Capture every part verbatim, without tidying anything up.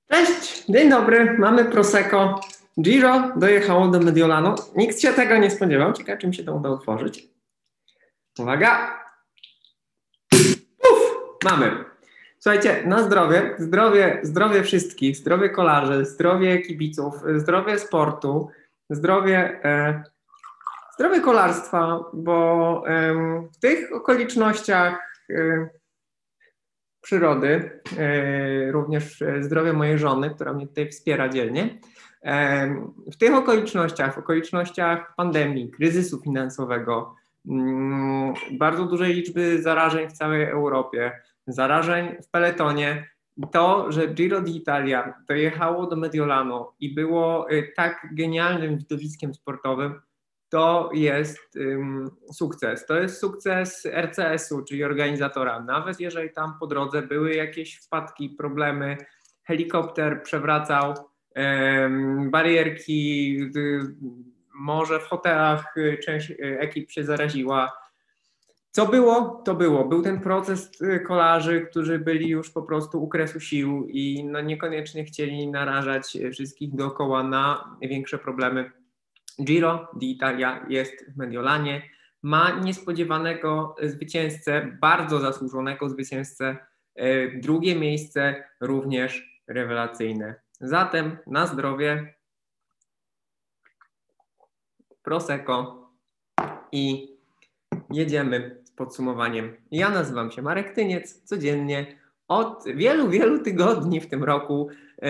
Cześć, dzień dobry, mamy Prosecco. Giro dojechało do Mediolanu. Nikt się tego nie spodziewał. Ciekawe, czy mi się to uda otworzyć. Uwaga. Uf, mamy. Słuchajcie, na zdrowie, zdrowie, zdrowie wszystkich, zdrowie kolarzy, zdrowie kibiców, zdrowie sportu, zdrowie, e, zdrowie kolarstwa, bo e, w tych okolicznościach e, przyrody, e, również zdrowie mojej żony, która mnie tutaj wspiera dzielnie. E, w tych okolicznościach, w okolicznościach pandemii, kryzysu finansowego, mm, bardzo dużej liczby zarażeń w całej Europie, zarażeń w peletonie, to, że Giro d'Italia dojechało do Mediolanu i było e, tak genialnym widowiskiem sportowym, to jest um, sukces. To jest sukces R C S-u, czyli organizatora. Nawet jeżeli tam po drodze były jakieś wpadki, problemy, helikopter przewracał um, barierki, y, może w hotelach część ekip się zaraziła. Co było, to było. Był ten proces kolarzy, którzy byli już po prostu u kresu sił i no niekoniecznie chcieli narażać wszystkich dookoła na większe problemy. Giro d'Italia jest w Mediolanie, ma niespodziewanego zwycięzcę, bardzo zasłużonego zwycięzcę, drugie miejsce również rewelacyjne. Zatem na zdrowie, Prosecco i jedziemy z podsumowaniem. Ja nazywam się Marek Tyniec, codziennie od wielu, wielu tygodni w tym roku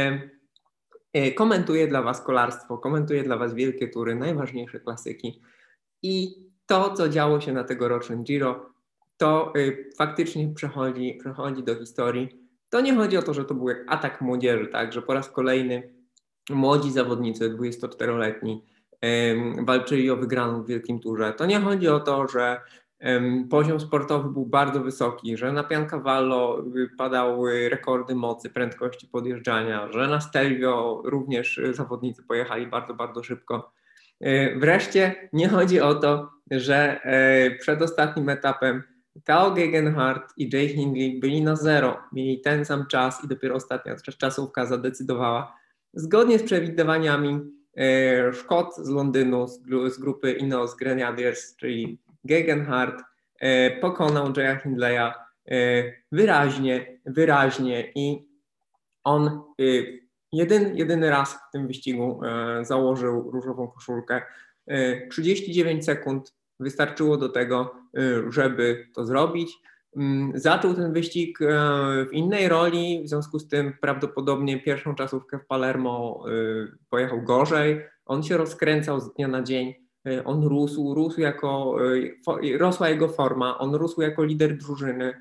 komentuję dla Was kolarstwo, komentuję dla Was wielkie tury, najważniejsze klasyki i to, co działo się na tegorocznym Giro, to y, faktycznie przechodzi, przechodzi do historii. To nie chodzi o to, że to był jak atak młodzieży, tak, że po raz kolejny młodzi zawodnicy, dwudziestoczteroletni, y, walczyli o wygraną w wielkim turze. To nie chodzi o to, że poziom sportowy był bardzo wysoki, że na Piancavallo padały rekordy mocy, prędkości podjeżdżania, że na Stelvio również zawodnicy pojechali bardzo, bardzo szybko. Wreszcie nie chodzi o to, że przed ostatnim etapem Tao Geoghegan Hart i Jay Hindley byli na zero, mieli ten sam czas i dopiero ostatnia czasówka zadecydowała. Zgodnie z przewidywaniami Szkot z Londynu, z grupy Ineos Grenadiers, czyli Geoghegan Hart, pokonał Jaya Hindleya wyraźnie, wyraźnie i on jeden, jedyny raz w tym wyścigu założył różową koszulkę. trzydzieści dziewięć sekund wystarczyło do tego, żeby to zrobić. Zaczął ten wyścig w innej roli, w związku z tym prawdopodobnie pierwszą czasówkę w Palermo pojechał gorzej. On się rozkręcał z dnia na dzień. On rósł, rósł jako, rosła jego forma, on rósł jako lider drużyny,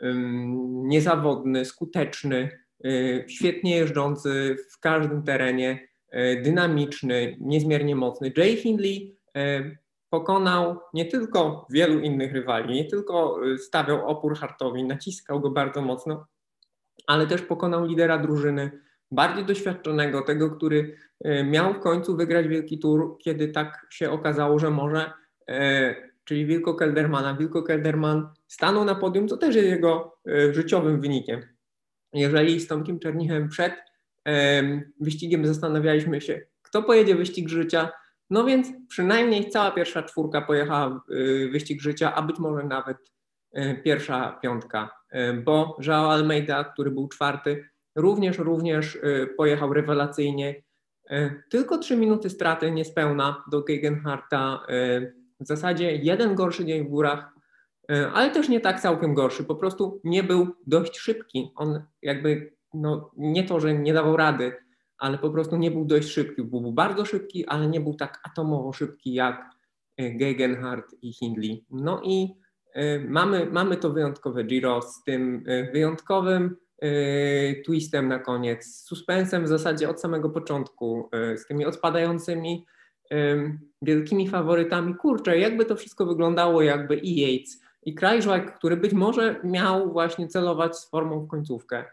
niezawodny, skuteczny, świetnie jeżdżący w każdym terenie, dynamiczny, niezmiernie mocny. Jay Hindley pokonał nie tylko wielu innych rywali, nie tylko stawiał opór Hartowi, naciskał go bardzo mocno, ale też pokonał lidera drużyny, bardziej doświadczonego, tego, który miał w końcu wygrać wielki tur, kiedy tak się okazało, że może, czyli Wilco Keldermana. Wilco Kelderman stanął na podium, co też jest jego życiowym wynikiem. Jeżeli z Tomkiem Czernichem przed wyścigiem zastanawialiśmy się, kto pojedzie wyścig życia, no więc przynajmniej cała pierwsza czwórka pojechała wyścig życia, a być może nawet pierwsza piątka, bo João Almeida, który był czwarty, również, również pojechał rewelacyjnie. Tylko trzy minuty straty niespełna do Geoghegan Harta. W zasadzie jeden gorszy dzień w górach, ale też nie tak całkiem gorszy. Po prostu nie był dość szybki. On jakby, no nie to, że nie dawał rady, ale po prostu nie był dość szybki. Był bardzo szybki, ale nie był tak atomowo szybki jak Geoghegan Hart i Hindley. No i mamy, mamy to wyjątkowe Giro z tym wyjątkowym twistem na koniec, z suspensem w zasadzie od samego początku, z tymi odpadającymi wielkimi faworytami. Kurczę, jakby to wszystko wyglądało, jakby i Yates, i Krajżak, który być może miał właśnie celować z formą w końcówkę,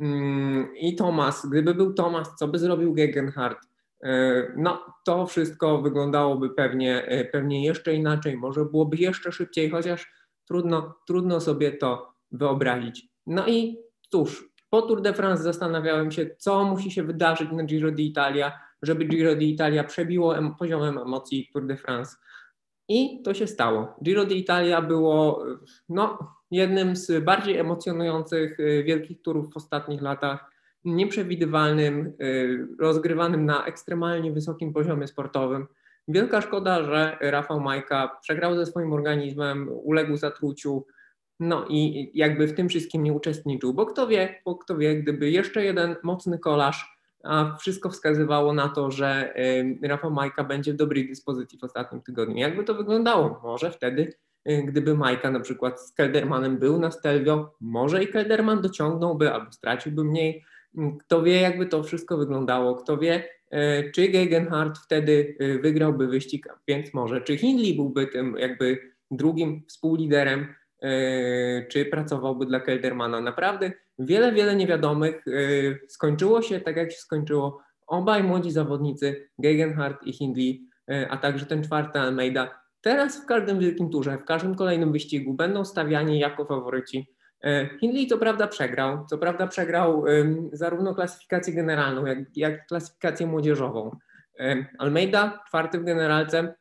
i Thomas, gdyby był Thomas, co by zrobił Geoghegan Hart? No, to wszystko wyglądałoby pewnie, pewnie jeszcze inaczej, może byłoby jeszcze szybciej, chociaż trudno, trudno sobie to wyobrazić. No i cóż, Po Tour de France zastanawiałem się, co musi się wydarzyć na Giro d'Italia, żeby Giro d'Italia przebiło em- poziomem emocji Tour de France. I to się stało. Giro d'Italia było no, jednym z bardziej emocjonujących y, wielkich turów w ostatnich latach, nieprzewidywalnym, y, rozgrywanym na ekstremalnie wysokim poziomie sportowym. Wielka szkoda, że Rafał Majka przegrał ze swoim organizmem, uległ zatruciu, no i jakby w tym wszystkim nie uczestniczył, bo kto wie, bo kto wie, gdyby jeszcze jeden mocny kolarz, a wszystko wskazywało na to, że y, Rafał Majka będzie w dobrej dyspozycji w ostatnim tygodniu. Jakby to wyglądało? Może wtedy, y, gdyby Majka na przykład z Keldermanem był na Stelvio, może i Kelderman dociągnąłby albo straciłby mniej. Kto wie, jakby to wszystko wyglądało, kto wie, y, czy Gegenhardt wtedy y, wygrałby wyścig, więc może, czy Hindley byłby tym jakby drugim współliderem, czy pracowałby dla Keldermana. Naprawdę wiele, wiele niewiadomych. Skończyło się tak, jak się skończyło. Obaj młodzi zawodnicy, Gegenhardt i Hindley, a także ten czwarty Almeida, teraz w każdym wielkim turze, w każdym kolejnym wyścigu będą stawiani jako faworyci. Hindley co prawda przegrał, co prawda przegrał zarówno klasyfikację generalną, jak, jak i klasyfikację młodzieżową. Almeida, czwarty w generalce,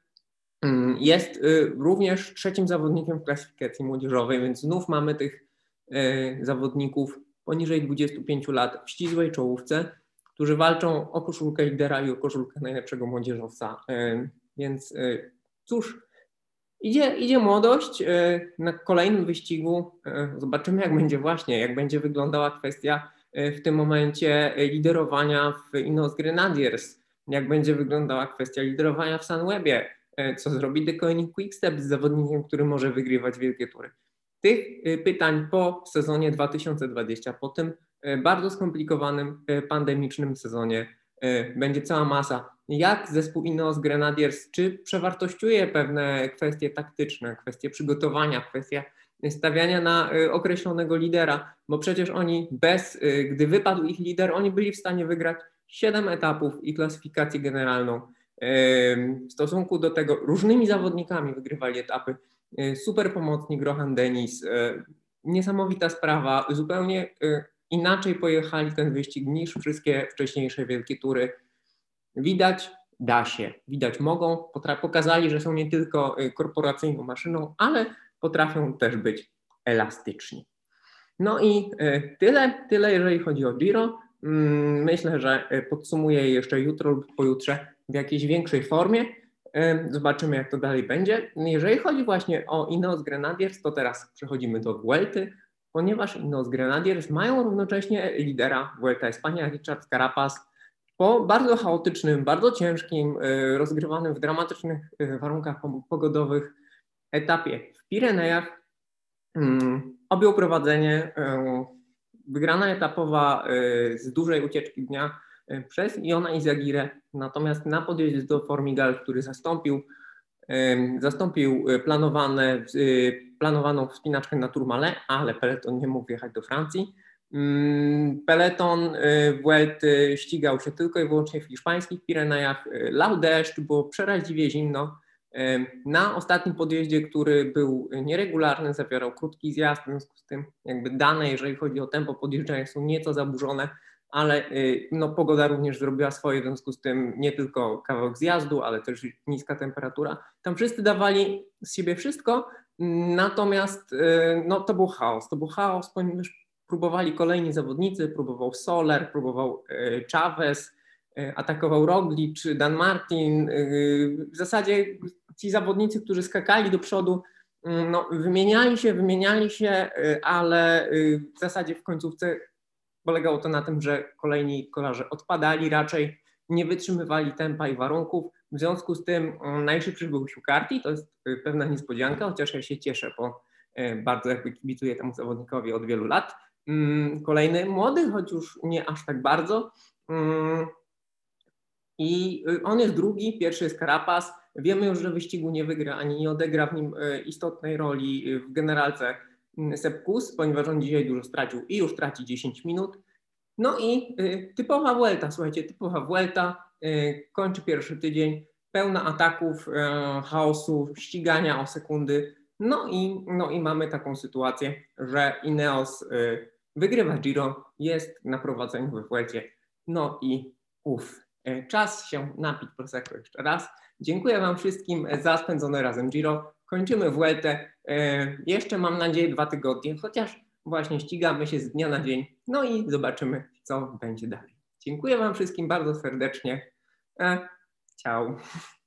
jest również trzecim zawodnikiem w klasyfikacji młodzieżowej, więc znów mamy tych zawodników poniżej dwudziestu pięciu lat w ścisłej czołówce, którzy walczą o koszulkę lidera i o koszulkę najlepszego młodzieżowca. Więc cóż, idzie, idzie młodość. Na kolejnym wyścigu zobaczymy, jak będzie właśnie, jak będzie wyglądała kwestia w tym momencie liderowania w Ineos Grenadiers, jak będzie wyglądała kwestia liderowania w Sunwebie, co zrobi The Koenig Quickstep z zawodnikiem, który może wygrywać wielkie tury. Tych pytań po sezonie dwa tysiące dwudziestym, po tym bardzo skomplikowanym pandemicznym sezonie będzie cała masa. Jak zespół Ineos Grenadiers, czy przewartościuje pewne kwestie taktyczne, kwestie przygotowania, kwestie stawiania na określonego lidera, bo przecież oni bez, gdy wypadł ich lider, oni byli w stanie wygrać siedem etapów i klasyfikację generalną. W stosunku do tego różnymi zawodnikami wygrywali etapy. Super pomocnik Rohan Dennis, niesamowita sprawa, zupełnie inaczej pojechali ten wyścig niż wszystkie wcześniejsze wielkie tury. Widać, da się, widać mogą, pokazali, że są nie tylko korporacyjną maszyną, ale potrafią też być elastyczni. No i tyle, tyle jeżeli chodzi o Giro. Myślę, że podsumuję jeszcze jutro lub pojutrze w jakiejś większej formie. Zobaczymy, jak to dalej będzie. Jeżeli chodzi właśnie o Ineos Grenadiers, to teraz przechodzimy do Vuelty, ponieważ Ineos Grenadiers mają równocześnie lidera Vuelta Espania, Richard Carapaz, po bardzo chaotycznym, bardzo ciężkim, rozgrywanym w dramatycznych warunkach pogodowych etapie w Pirenejach objął prowadzenie. Wygrana etapowa z dużej ucieczki dnia przez Iona Izagirre, natomiast na podjeździe do Formigal, który zastąpił, zastąpił planowane, planowaną wspinaczkę na Tourmalet, ale peleton nie mógł wjechać do Francji. Peleton Vuelty ścigał się tylko i wyłącznie w hiszpańskich Pirenejach. Lał deszcz, było przeraźliwie zimno. Na ostatnim podjeździe, który był nieregularny, zawierał krótki zjazd, w związku z tym jakby dane, jeżeli chodzi o tempo podjeżdżania, są nieco zaburzone, ale no, pogoda również zrobiła swoje, w związku z tym nie tylko kawałek zjazdu, ale też niska temperatura. Tam wszyscy dawali z siebie wszystko, natomiast no, to był chaos. To był chaos, ponieważ próbowali kolejni zawodnicy, próbował Soler, próbował Chavez, atakował Roglic, Dan Martin. W zasadzie ci zawodnicy, którzy skakali do przodu, no, wymieniali się, wymieniali się, ale w zasadzie w końcówce polegało to na tym, że kolejni kolarze odpadali raczej, nie wytrzymywali tempa i warunków. W związku z tym najszybszy był Hugh Carty, to jest pewna niespodzianka, chociaż ja się cieszę, bo bardzo jakby kibicuję temu zawodnikowi od wielu lat. Kolejny młody, choć już nie aż tak bardzo. I on jest drugi, pierwszy jest Carapaz. Wiemy już, że wyścigu nie wygra ani nie odegra w nim istotnej roli w generalce Sepp Kuss, ponieważ on dzisiaj dużo stracił i już traci dziesięć minut. No i typowa Vuelta, słuchajcie, typowa Vuelta, kończy pierwszy tydzień, pełna ataków, chaosu, ścigania o sekundy. No i, no i mamy taką sytuację, że Ineos wygrywa Giro, jest na prowadzeniu we Vuelcie. No i uff, czas się napić Prosecco jeszcze raz. Dziękuję Wam wszystkim za spędzone razem Giro. Kończymy Vueltę. Jeszcze mam nadzieję dwa tygodnie, chociaż właśnie ścigamy się z dnia na dzień. No i zobaczymy, co będzie dalej. Dziękuję Wam wszystkim bardzo serdecznie. Ciao.